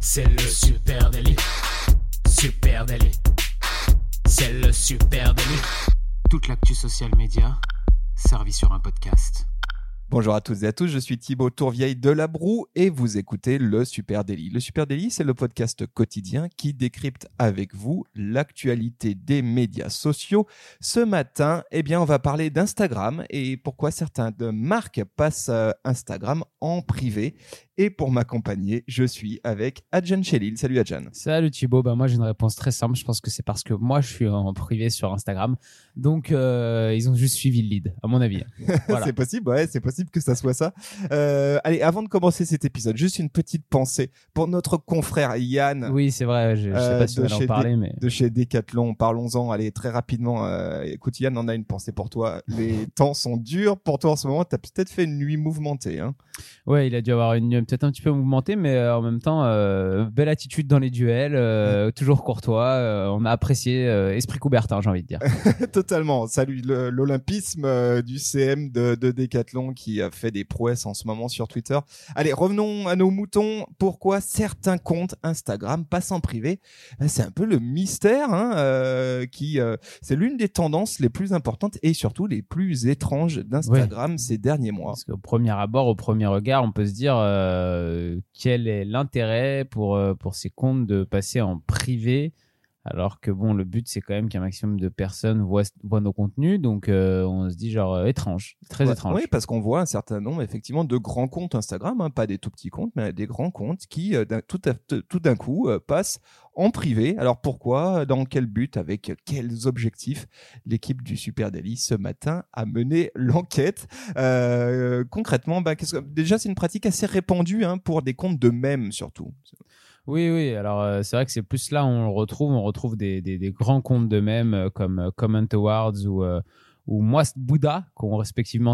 C'est le Super Daily. Super Daily. C'est le Super Daily. Toute l'actu social média servie sur un podcast. Bonjour à toutes et à tous, je suis Thibaut Tourvieille de La Broue et vous écoutez le Super Daily. Le Super Daily, c'est le podcast quotidien qui décrypte avec vous l'actualité des médias sociaux. Ce matin, on va parler d'Instagram et pourquoi certaines marques passent Instagram en privé. Et pour m'accompagner, je suis avec Adjan Chelil. Salut Adjan. Salut Thibaut, moi j'ai une réponse très simple. Je pense que c'est parce que moi je suis en privé sur Instagram. Donc ils ont juste suivi le lead, à mon avis. Voilà. C'est possible, ouais, c'est possible que ça soit ça. Allez, avant de commencer cet épisode, juste une petite pensée pour notre confrère Yann. Oui, c'est vrai, je sais pas si on va en parler. Mais de chez Decathlon, parlons-en, allez, très rapidement. Écoute Yann, on a une pensée pour toi. Les temps sont durs pour toi en ce moment. Tu as peut-être fait une nuit mouvementée. Hein. Ouais, il a dû avoir une nuit peut-être un petit peu mouvementée, mais en même temps, belle attitude dans les duels, toujours courtois. On a apprécié esprit Coubertin, j'ai envie de dire. Totalement. Salut l'olympisme du CM de Decathlon qui a fait des prouesses en ce moment sur Twitter. Allez, revenons à nos moutons. Pourquoi certains comptes Instagram passent en privé ? C'est un peu le mystère, c'est l'une des tendances les plus importantes et surtout les plus étranges d'Instagram ces derniers mois. Parce qu'au premier abord, au premier regard, on peut se dire quel est l'intérêt pour ces comptes de passer en privé, alors que le but c'est quand même qu'un maximum de personnes voient nos contenus, donc on se dit étrange, très étrange. Oui, parce qu'on voit un certain nombre effectivement de grands comptes Instagram, pas des tout petits comptes, mais des grands comptes qui tout d'un coup passent en privé. Alors pourquoi, dans quel but, avec quels objectifs? L'équipe du Super Daily ce matin a mené l'enquête. Concrètement, déjà c'est une pratique assez répandue pour des comptes de mèmes surtout. Oui. Alors, c'est vrai que c'est plus là où on retrouve des grands comptes de mèmes comme Comment Awards ou Moist Bouddha, qui ont respectivement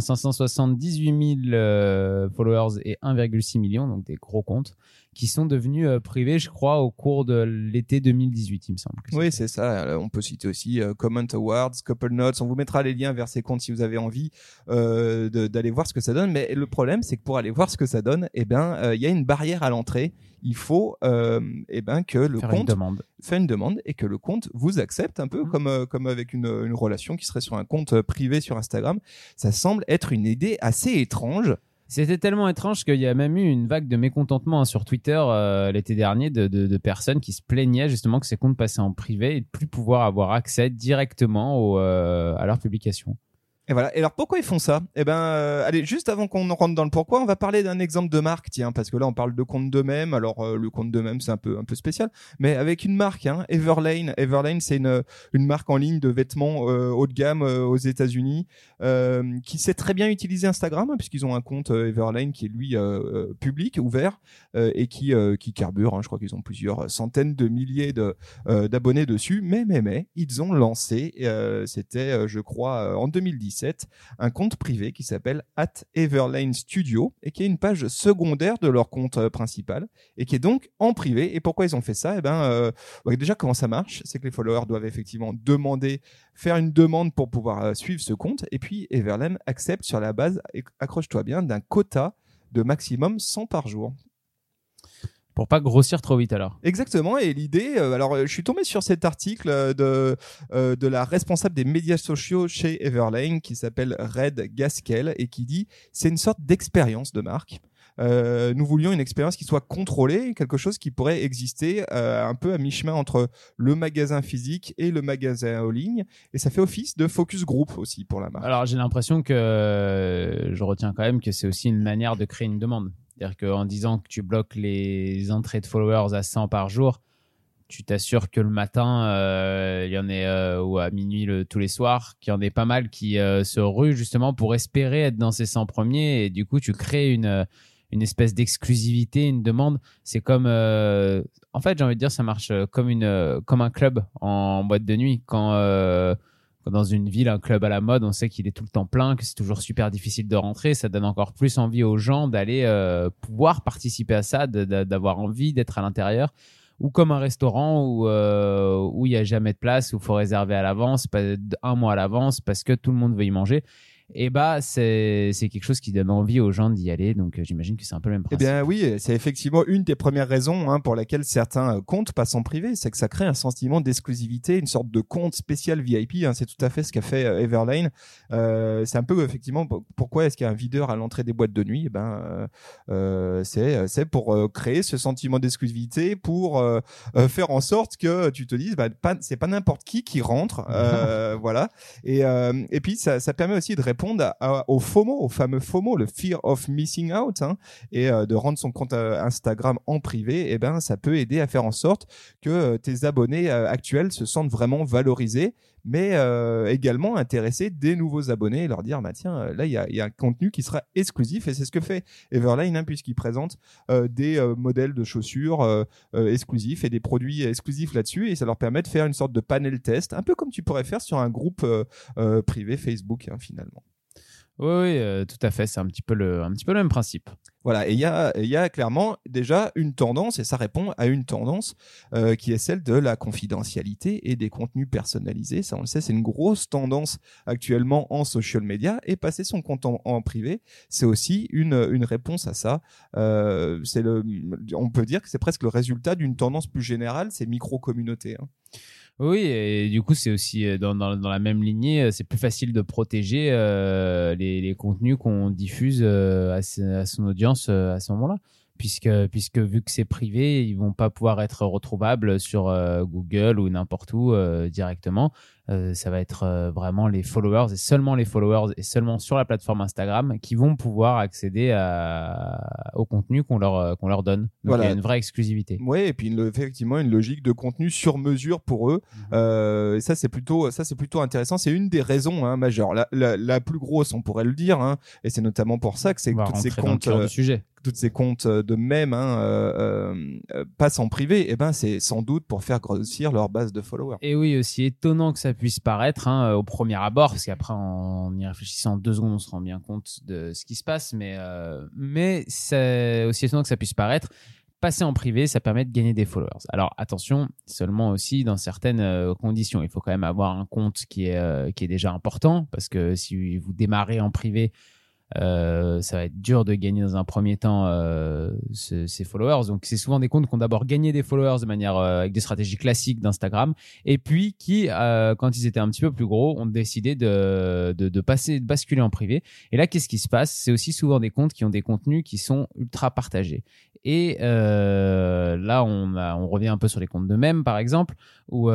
578 000 followers et 1,6 million, donc des gros comptes, qui sont devenus privés, je crois, au cours de l'été 2018, il me semble. Oui, c'est ça. On peut citer aussi Comment Awards, Couple Notes. On vous mettra les liens vers ces comptes si vous avez envie d'aller voir ce que ça donne. Mais le problème, c'est que pour aller voir ce que ça donne, il y a une barrière à l'entrée. Il faut que le compte fait une demande et que le compte vous accepte un peu comme avec une relation qui serait sur un compte privé sur Instagram. Ça semble être une idée assez étrange. C'était tellement étrange qu'il y a même eu une vague de mécontentement sur Twitter l'été dernier de personnes qui se plaignaient justement que ces comptes passaient en privé et de plus pouvoir avoir accès directement à leurs publications. Et voilà. Et alors pourquoi ils font ça ? Allez, juste avant qu'on rentre dans le pourquoi, on va parler d'un exemple de marque, parce que là on parle de compte de mème. Alors le compte de mème c'est un peu spécial, mais avec une marque, Everlane. Everlane c'est une marque en ligne de vêtements haut de gamme aux États-Unis qui sait très bien utiliser Instagram puisqu'ils ont un compte Everlane qui est lui public, ouvert et qui carbure. Je crois qu'ils ont plusieurs centaines de milliers d'abonnés dessus. Mais ils ont lancé, c'était je crois en 2010. Un compte privé qui s'appelle @everlanestudio et qui est une page secondaire de leur compte principal et qui est donc en privé. Et pourquoi ils ont fait ça ? Déjà, comment ça marche ? C'est que les followers doivent effectivement faire une demande pour pouvoir suivre ce compte. Et puis, Everlane accepte sur la base, accroche-toi bien, d'un quota de maximum 100 par jour. Pour pas grossir trop vite alors. Exactement, et l'idée, je suis tombé sur cet article de la responsable des médias sociaux chez Everlane qui s'appelle Red Gaskell et qui dit c'est une sorte d'expérience de marque. Nous voulions une expérience qui soit contrôlée, quelque chose qui pourrait exister un peu à mi-chemin entre le magasin physique et le magasin en ligne, et ça fait office de focus group aussi pour la marque. Alors j'ai l'impression que je retiens quand même que c'est aussi une manière de créer une demande. C'est-à-dire qu'en disant que tu bloques les entrées de followers à 100 par jour, tu t'assures que le matin, il y en ait, ou à minuit tous les soirs, qu'il y en ait pas mal qui se ruent justement pour espérer être dans ces 100 premiers. Et du coup, tu crées une espèce d'exclusivité, une demande. C'est comme... en fait, j'ai envie de dire, ça marche comme un club en boîte de nuit. Quand dans une ville, un club à la mode, on sait qu'il est tout le temps plein, que c'est toujours super difficile de rentrer. Ça donne encore plus envie aux gens d'aller pouvoir participer à ça, d'avoir envie d'être à l'intérieur. Ou comme un restaurant où il n'y a jamais de place, où il faut réserver à l'avance, un mois à l'avance, parce que tout le monde veut y manger. et bah c'est quelque chose qui donne envie aux gens d'y aller. Donc j'imagine que c'est un peu le même Eh principe. bien oui, c'est effectivement une des premières raisons pour laquelle certains comptes passent en privé, c'est que ça crée un sentiment d'exclusivité, une sorte de compte spécial VIP. C'est tout à fait ce qu'a fait Everlane. C'est un peu effectivement pourquoi est-ce qu'il y a un videur à l'entrée des boîtes de nuit. C'est pour créer ce sentiment d'exclusivité, pour faire en sorte que tu te dises c'est pas n'importe qui rentre. Voilà. Et puis ça permet aussi de répondre au FOMO, au fameux FOMO, le fear of missing out, et de rendre son compte Instagram en privé. Ça peut aider à faire en sorte que tes abonnés actuels se sentent vraiment valorisés, mais également intéresser des nouveaux abonnés et leur dire tiens, là il y a un contenu qui sera exclusif, et c'est ce que fait Everlane, puisqu'il présente des modèles de chaussures exclusifs et des produits exclusifs là-dessus, et ça leur permet de faire une sorte de panel test, un peu comme tu pourrais faire sur un groupe privé Facebook finalement. Oui, tout à fait, c'est un petit peu le même principe. Voilà, et il y a clairement déjà une tendance, et ça répond à une tendance qui est celle de la confidentialité et des contenus personnalisés. Ça, on le sait, c'est une grosse tendance actuellement en social media, et passer son compte en privé, c'est aussi une réponse à ça. On peut dire que c'est presque le résultat d'une tendance plus générale, ces micro-communautés. Oui, et du coup, c'est aussi dans la même lignée, c'est plus facile de protéger les contenus qu'on diffuse à son audience à ce moment-là. Puisque vu que c'est privé, ils vont pas pouvoir être retrouvables sur Google ou n'importe où directement. Ça va être vraiment les followers et seulement sur la plateforme Instagram qui vont pouvoir accéder au contenu qu'on leur donne. Donc voilà. Il y a une vraie exclusivité. Oui, et puis effectivement une logique de contenu sur mesure pour eux. Et ça c'est plutôt intéressant. C'est une des raisons majeures. La plus grosse, on pourrait le dire, et c'est notamment pour ça que c'est toutes ces comptes toutes ces comptes de mèmes passent en privé. C'est sans doute pour faire grossir leur base de followers. Et oui, aussi étonnant que ça puisse paraître au premier abord, parce qu'après en y réfléchissant 2 secondes, on se rend bien compte de ce qui se passe, mais c'est aussi étonnant que ça puisse paraître. Passer en privé, ça permet de gagner des followers. Alors attention, seulement aussi dans certaines conditions. Il faut quand même avoir un compte qui est déjà important, parce que si vous démarrez en privé, ça va être dur de gagner dans un premier temps ces followers. Donc c'est souvent des comptes qui ont d'abord gagné des followers de manière avec des stratégies classiques d'Instagram, et puis qui quand ils étaient un petit peu plus gros ont décidé de basculer en privé. Et là, qu'est-ce qui se passe? C'est aussi souvent des comptes qui ont des contenus qui sont ultra partagés. Et là on revient un peu sur les comptes de mèmes par exemple, où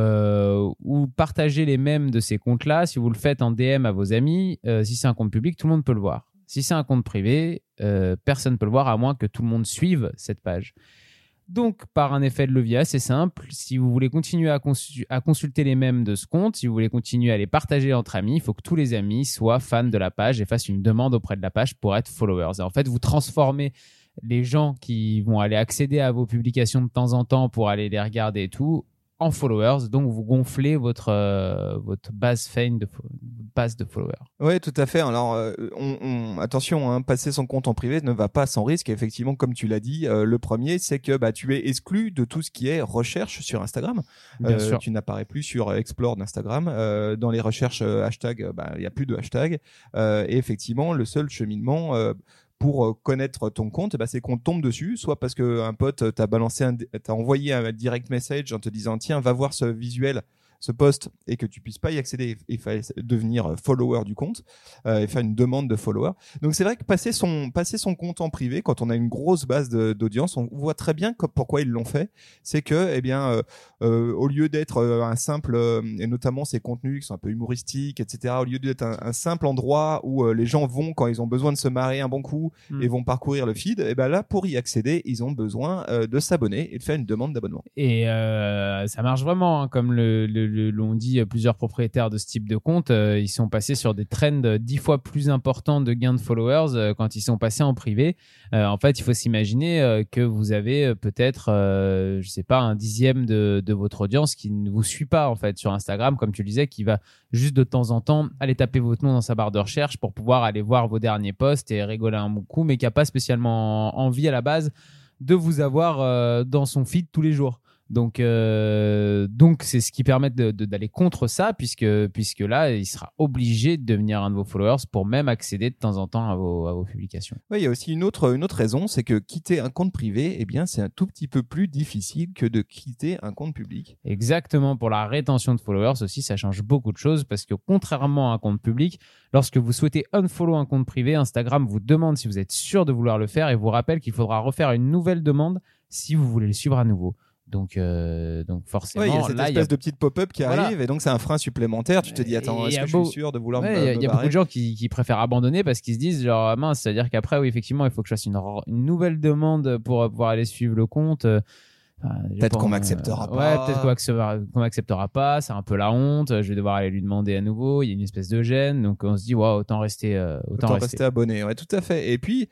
partager les mèmes de ces comptes là, si vous le faites en DM à vos amis, si c'est un compte public, tout le monde peut le voir. Si c'est un compte privé, personne ne peut le voir à moins que tout le monde suive cette page. Donc, par un effet de levier assez simple, si vous voulez continuer à consulter les mèmes de ce compte, si vous voulez continuer à les partager entre amis, il faut que tous les amis soient fans de la page et fassent une demande auprès de la page pour être followers. Et en fait, vous transformez les gens qui vont aller accéder à vos publications de temps en temps pour aller les regarder et tout en followers, donc vous gonflez votre base de followers. Oui, tout à fait. Alors, attention, passer son compte en privé ne va pas sans risque. Et effectivement, comme tu l'as dit, le premier, c'est que tu es exclu de tout ce qui est recherche sur Instagram. Bien sûr. Tu n'apparais plus sur Explore d'Instagram. Dans les recherches hashtag, il y a plus de hashtag. Et effectivement, le seul cheminement pour connaître ton compte, c'est qu'on tombe dessus, soit parce que un pote t'a envoyé un direct message en te disant tiens, va voir ce visuel, ce post, et que tu puisses pas y accéder. Il fallait devenir follower du compte et faire une demande de follower. Donc c'est vrai que passer son compte en privé, quand on a une grosse base d'audience, on voit très bien pourquoi ils l'ont fait. C'est que au lieu d'être un simple et notamment ces contenus qui sont un peu humoristiques, etc., au lieu d'être un simple endroit où les gens vont quand ils ont besoin de se marrer un bon coup et vont parcourir le feed, là pour y accéder, ils ont besoin de s'abonner et de faire une demande d'abonnement. Et ça marche vraiment, comme l'ont dit plusieurs propriétaires de ce type de compte. Ils sont passés sur des trends 10 fois plus importants de gains de followers quand ils sont passés en privé. En fait, il faut s'imaginer que vous avez peut-être, je sais pas, 1/10 de votre audience qui ne vous suit pas en fait sur Instagram, comme tu le disais, qui va juste de temps en temps aller taper votre nom dans sa barre de recherche pour pouvoir aller voir vos derniers posts et rigoler un bon coup, mais qui n'a pas spécialement envie à la base de vous avoir dans son feed tous les jours. Donc c'est ce qui permet d'aller contre ça, puisque là, il sera obligé de devenir un de vos followers pour même accéder de temps en temps à vos publications. Oui, il y a aussi une autre raison, c'est que quitter un compte privé, eh bien, c'est un tout petit peu plus difficile que de quitter un compte public. Exactement, pour la rétention de followers aussi, ça change beaucoup de choses, parce que contrairement à un compte public, lorsque vous souhaitez unfollow un compte privé, Instagram vous demande si vous êtes sûr de vouloir le faire et vous rappelle qu'il faudra refaire une nouvelle demande si vous voulez le suivre à nouveau. Donc forcément, il y a cette espèce de petite pop-up qui arrive et donc c'est un frein supplémentaire. Tu te dis attends, est-ce que je suis sûr de vouloir me il y a beaucoup de gens qui préfèrent abandonner parce qu'ils se disent genre mince, c'est-à-dire qu'après oui effectivement il faut que je fasse une nouvelle demande pour pouvoir aller suivre le compte. Peut-être qu'on m'acceptera pas. Ouais, peut-être qu'on m'acceptera pas. C'est un peu la honte. Je vais devoir aller lui demander à nouveau. Il y a une espèce de gêne. Donc on se dit, waouh, autant rester abonné. Ouais, tout à fait. Et puis,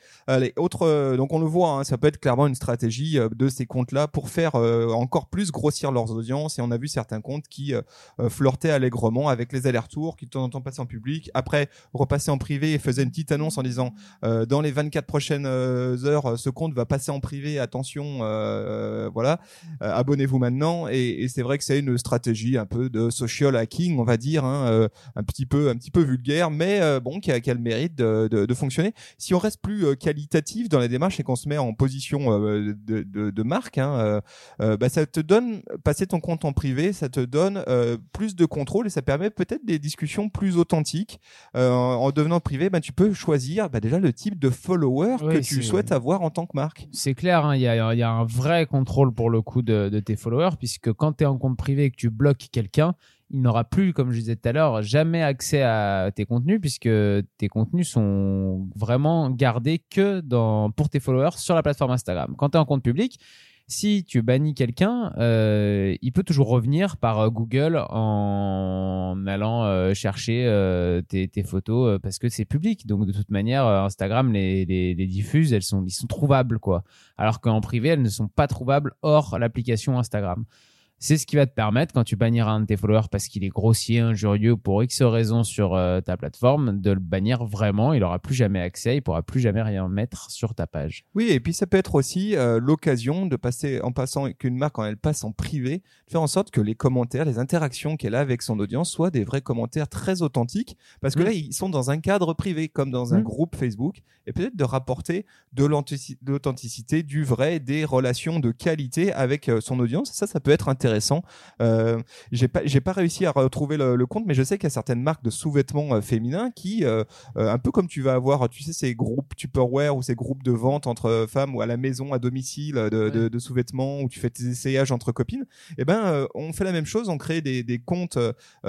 donc on le voit, hein, ça peut être clairement une stratégie de ces comptes-là pour faire encore plus grossir leurs audiences. Et on a vu certains comptes qui flirtaient allègrement avec les allers-retours, qui de temps en temps passaient en public, après repassaient en privé et faisaient une petite annonce en disant, dans les 24 prochaines heures, ce compte va passer en privé. Attention, voilà. Abonnez-vous maintenant et c'est vrai que c'est une stratégie un peu de social hacking, on va dire, hein, un petit peu vulgaire, mais bon, qui a le mérite de fonctionner. Si on reste plus qualitatif dans la démarche et qu'on se met en position de marque, hein, ça te donne, passer ton compte en privé, ça te donne plus de contrôle et ça permet peut-être des discussions plus authentiques. En devenant privé, tu peux choisir déjà le type de follower que tu souhaites avoir en tant que marque. C'est clair, hein, il y a un vrai contrôle pour le coup de tes followers, puisque quand tu es en compte privé et que tu bloques quelqu'un, il n'aura plus, comme je disais tout à l'heure, jamais accès à tes contenus, puisque tes contenus sont vraiment gardés que pour tes followers sur la plateforme Instagram. Quand tu es en compte public, si tu bannis quelqu'un, il peut toujours revenir par Google en allant chercher tes photos parce que c'est public. Donc de toute manière, Instagram les diffuse, ils sont trouvables quoi. Alors qu'en privé, elles ne sont pas trouvables hors l'application Instagram. C'est ce qui va te permettre, quand tu banniras un de tes followers parce qu'il est grossier, injurieux pour X raisons sur ta plateforme, de le bannir vraiment. Il n'aura plus jamais accès, il ne pourra plus jamais rien mettre sur ta page. Oui, et puis ça peut être aussi l'occasion de passer, en passant qu'une marque, quand elle passe en privé, de faire en sorte que les commentaires, les interactions qu'elle a avec son audience soient des vrais commentaires très authentiques. Parce que là, ils sont dans un cadre privé, comme dans un groupe Facebook. Et peut-être de rapporter de l'authenticité, du vrai, des relations de qualité avec son audience. Ça peut être intéressant. J'ai pas réussi à retrouver le compte, mais je sais qu'il y a certaines marques de sous-vêtements féminins qui, un peu comme tu vas avoir, tu sais, ces groupes Tupperware ou ces groupes de vente entre femmes ou à la maison, à domicile, de sous-vêtements où tu fais tes essayages entre copines. Et on fait la même chose, on crée des comptes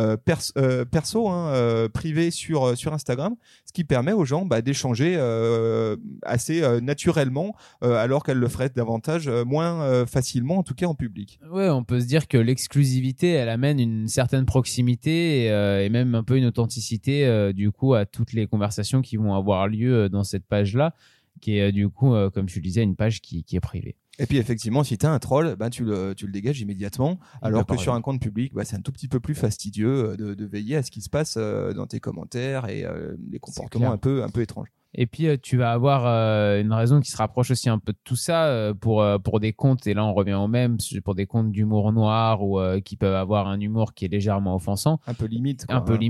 perso, privés sur Instagram, ce qui permet aux gens d'échanger assez naturellement, alors qu'elles le feraient davantage moins facilement, en tout cas en public. Ouais, on peut se dire que l'exclusivité, elle amène une certaine proximité et même un peu une authenticité du coup à toutes les conversations qui vont avoir lieu dans cette page-là, qui est du coup, comme tu le disais, une page qui est privée. Et puis effectivement, si tu as un troll, tu le dégages immédiatement, alors que sur un compte public, c'est un tout petit peu plus fastidieux de veiller à ce qui se passe dans tes commentaires et les comportements un peu étranges. Et puis, tu vas avoir une raison qui se rapproche aussi un peu de tout ça pour des comptes, et là on revient au même, pour des comptes d'humour noir ou qui peuvent avoir un humour qui est légèrement offensant. Un peu limite.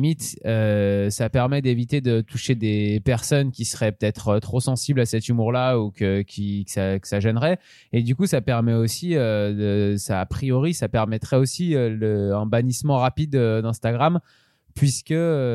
Ça permet d'éviter de toucher des personnes qui seraient peut-être trop sensibles à cet humour-là ou que ça gênerait. Et du coup, ça permet aussi, a priori, ça permettrait aussi un bannissement rapide d'Instagram, puisque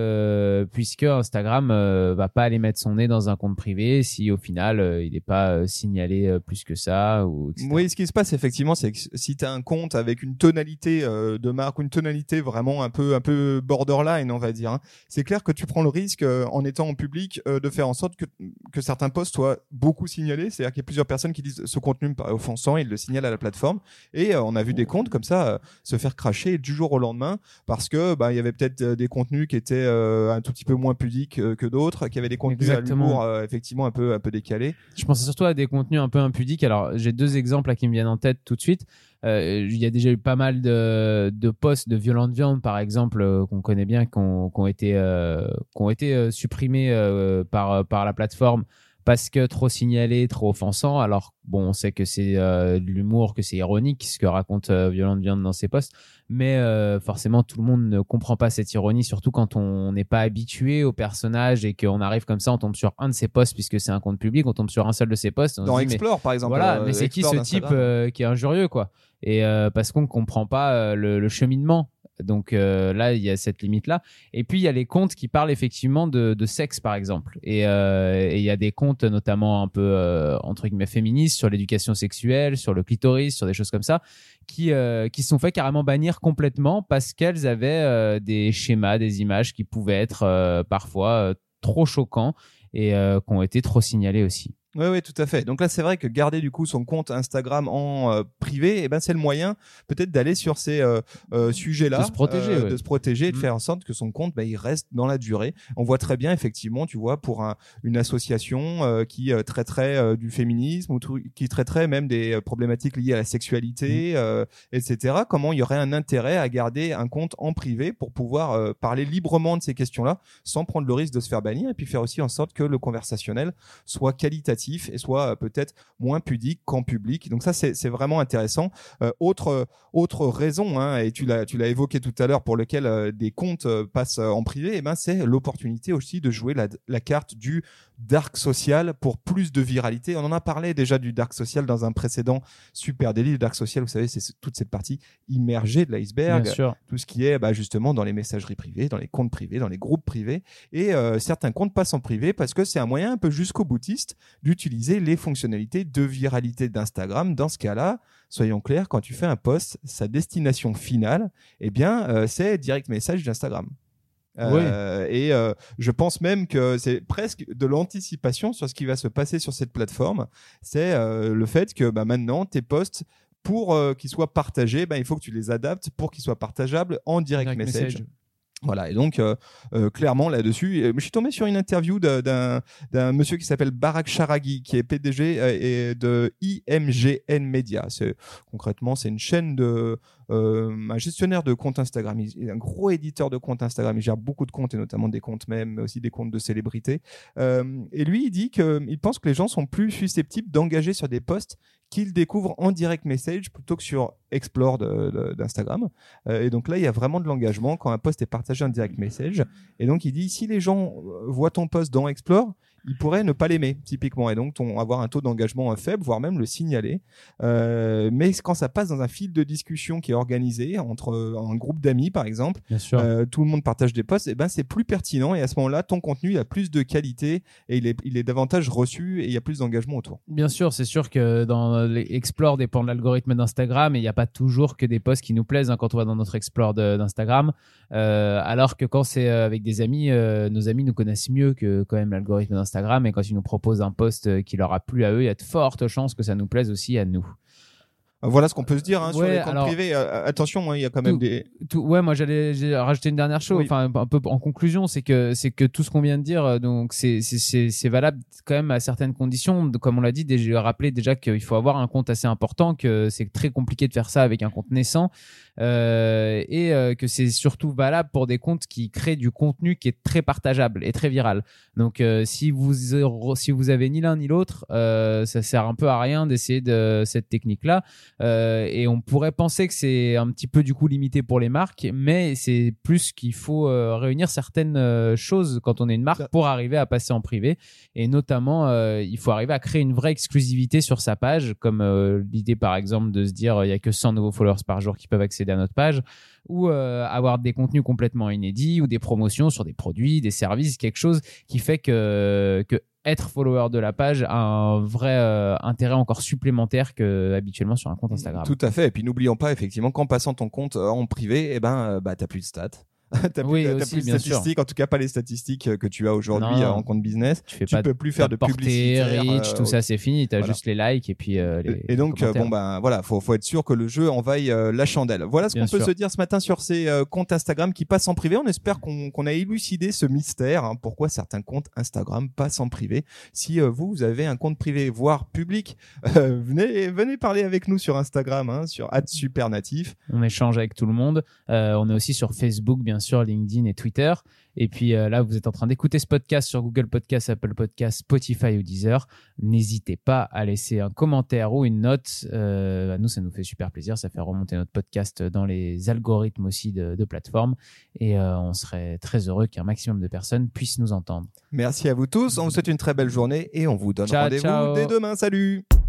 Instagram va pas aller mettre son nez dans un compte privé si au final il n'est pas signalé plus que ça ou etc. Oui, ce qui se passe effectivement, c'est que si tu as un compte avec une tonalité de marque ou une tonalité vraiment un peu borderline, on va dire, c'est clair que tu prends le risque en étant en public de faire en sorte que certains posts soient beaucoup signalés. C'est-à-dire qu'il y a plusieurs personnes qui disent ce contenu me paraît offensant, ils le signalent à la plateforme, et on a vu des comptes comme ça se faire cracher du jour au lendemain parce que il y avait peut-être des contenus qui étaient un tout petit peu moins pudiques que d'autres, qui avaient des contenus à l'humour effectivement un peu décalés. Je pensais surtout à des contenus un peu impudiques. Alors j'ai deux exemples là qui me viennent en tête tout de suite. Il y a déjà eu pas mal de posts de Violente Viande par exemple qu'on connaît bien, qui ont été supprimés par la plateforme parce que trop signalé, trop offensant. Alors bon, on sait que c'est de l'humour, que c'est ironique ce que raconte Violente Viande dans ses posts, mais forcément tout le monde ne comprend pas cette ironie, surtout quand on n'est pas habitué au personnage et qu'on arrive comme ça, on tombe sur un de ses posts puisque c'est un compte public, on tombe sur un seul de ses posts. Dans Explore par exemple. Voilà, mais c'est qui ce type qui est injurieux quoi? Et parce qu'on ne comprend pas le cheminement. Donc là, il y a cette limite-là. Et puis, il y a les comptes qui parlent effectivement de sexe, par exemple. Et il y a des comptes, notamment un peu, entre guillemets, féministes, sur l'éducation sexuelle, sur le clitoris, sur des choses comme ça, qui se sont fait carrément bannir complètement parce qu'elles avaient des schémas, des images qui pouvaient être parfois trop choquants et qui ont été trop signalés aussi. Oui, tout à fait. Donc là, c'est vrai que garder du coup son compte Instagram en privé, eh ben c'est le moyen peut-être d'aller sur ces sujets-là, de se protéger, de se protéger et de faire en sorte que son compte, il reste dans la durée. On voit très bien, effectivement, tu vois, pour une association qui traiterait du féminisme ou qui traiterait même des problématiques liées à la sexualité, etc. Comment il y aurait un intérêt à garder un compte en privé pour pouvoir parler librement de ces questions-là, sans prendre le risque de se faire bannir, et puis faire aussi en sorte que le conversationnel soit qualitatif et soit peut-être moins pudique qu'en public. Donc ça, c'est vraiment intéressant. Autre raison, hein, et tu l'as évoqué tout à l'heure, pour lequel des comptes passent en privé, c'est l'opportunité aussi de jouer la carte du dark social pour plus de viralité. On en a parlé déjà du dark social dans un précédent Super Daily. Le dark social, vous savez, c'est toute cette partie immergée de l'iceberg, tout ce qui est justement dans les messageries privées, dans les comptes privés, dans les groupes privés. Et certains comptes passent en privé parce que c'est un moyen un peu jusqu'au boutiste d'utiliser les fonctionnalités de viralité d'Instagram. Dans ce cas-là, soyons clairs, quand tu fais un post, sa destination finale, c'est direct message d'Instagram. Et je pense même que c'est presque de l'anticipation sur ce qui va se passer sur cette plateforme. C'est le fait que maintenant tes posts, pour qu'ils soient partagés, il faut que tu les adaptes pour qu'ils soient partageables en direct message. Voilà, et donc clairement là-dessus, je suis tombé sur une interview d'un monsieur qui s'appelle Barak Charaghi, qui est PDG de IMGN Media. Concrètement, c'est une chaîne un gestionnaire de comptes Instagram. Il est un gros éditeur de comptes Instagram. Il gère beaucoup de comptes, et notamment des comptes mais aussi des comptes de célébrités. Et lui, il dit qu'il pense que les gens sont plus susceptibles d'engager sur des posts qu'ils découvrent en direct message plutôt que sur Explore d'Instagram. Et donc là, il y a vraiment de l'engagement quand un post est partagé en direct message. Et donc, il dit, si les gens voient ton post dans Explore, ils pourraient ne pas l'aimer, typiquement, et donc avoir un taux d'engagement faible, voire même le signaler. Mais quand ça passe dans un fil de discussion qui est organisé entre un groupe d'amis, par exemple, tout le monde partage des posts, c'est plus pertinent, et à ce moment-là, ton contenu il a plus de qualité et il est davantage reçu, et il y a plus d'engagement autour. Bien sûr, c'est sûr que dans l'Explore dépend de l'algorithme d'Instagram, et il n'y a pas toujours que des posts qui nous plaisent quand on va dans notre Explore d'Instagram, alors que quand c'est avec des amis, nos amis nous connaissent mieux que quand même l'algorithme d'Instagram. Et quand ils nous proposent un post qui leur a plu à eux, il y a de fortes chances que ça nous plaise aussi à nous. Voilà ce qu'on peut se dire sur les comptes privés. Attention, il y a quand même moi j'ai rajouté une dernière chose, un peu en conclusion, c'est que tout ce qu'on vient de dire, donc c'est valable quand même à certaines conditions. Comme on l'a dit, j'ai rappelé déjà qu'il faut avoir un compte assez important, que c'est très compliqué de faire ça avec un compte naissant, et que c'est surtout valable pour des comptes qui créent du contenu qui est très partageable et très viral. Donc si vous avez ni l'un ni l'autre, ça sert un peu à rien d'essayer de cette technique-là. Et on pourrait penser que c'est un petit peu du coup limité pour les marques, mais c'est plus qu'il faut réunir certaines choses quand on est une marque pour arriver à passer en privé, et notamment il faut arriver à créer une vraie exclusivité sur sa page, comme l'idée par exemple de se dire il y a que 100 nouveaux followers par jour qui peuvent accéder à notre page, ou avoir des contenus complètement inédits ou des promotions sur des produits, des services, quelque chose qui fait que être follower de la page a un vrai intérêt encore supplémentaire que habituellement sur un compte Instagram. Tout à fait. Et puis n'oublions pas effectivement qu'en passant ton compte en privé, t'as plus de stats. T'as plus de statistiques, en tout cas pas les statistiques que tu as aujourd'hui en compte business. Tu peux plus faire de publicité, reach, tout ça c'est fini. T'as juste les likes et puis et donc faut être sûr que le jeu envahit la chandelle. Voilà ce qu'on peut se dire ce matin sur ces comptes Instagram qui passent en privé. On espère qu'on a élucidé ce mystère, pourquoi certains comptes Instagram passent en privé. Si vous avez un compte privé voire public, venez parler avec nous sur Instagram, sur @supernatif. On échange avec tout le monde. On est aussi sur Facebook bien sûr LinkedIn et Twitter. Et puis là, vous êtes en train d'écouter ce podcast sur Google Podcast, Apple Podcast, Spotify ou Deezer. N'hésitez pas à laisser un commentaire ou une note. Nous, ça nous fait super plaisir. Ça fait remonter notre podcast dans les algorithmes aussi de plateformes. Et on serait très heureux qu'un maximum de personnes puissent nous entendre. Merci à vous tous. On vous souhaite une très belle journée et on vous donne Ciao, rendez-vous ciao. dès demain. Salut!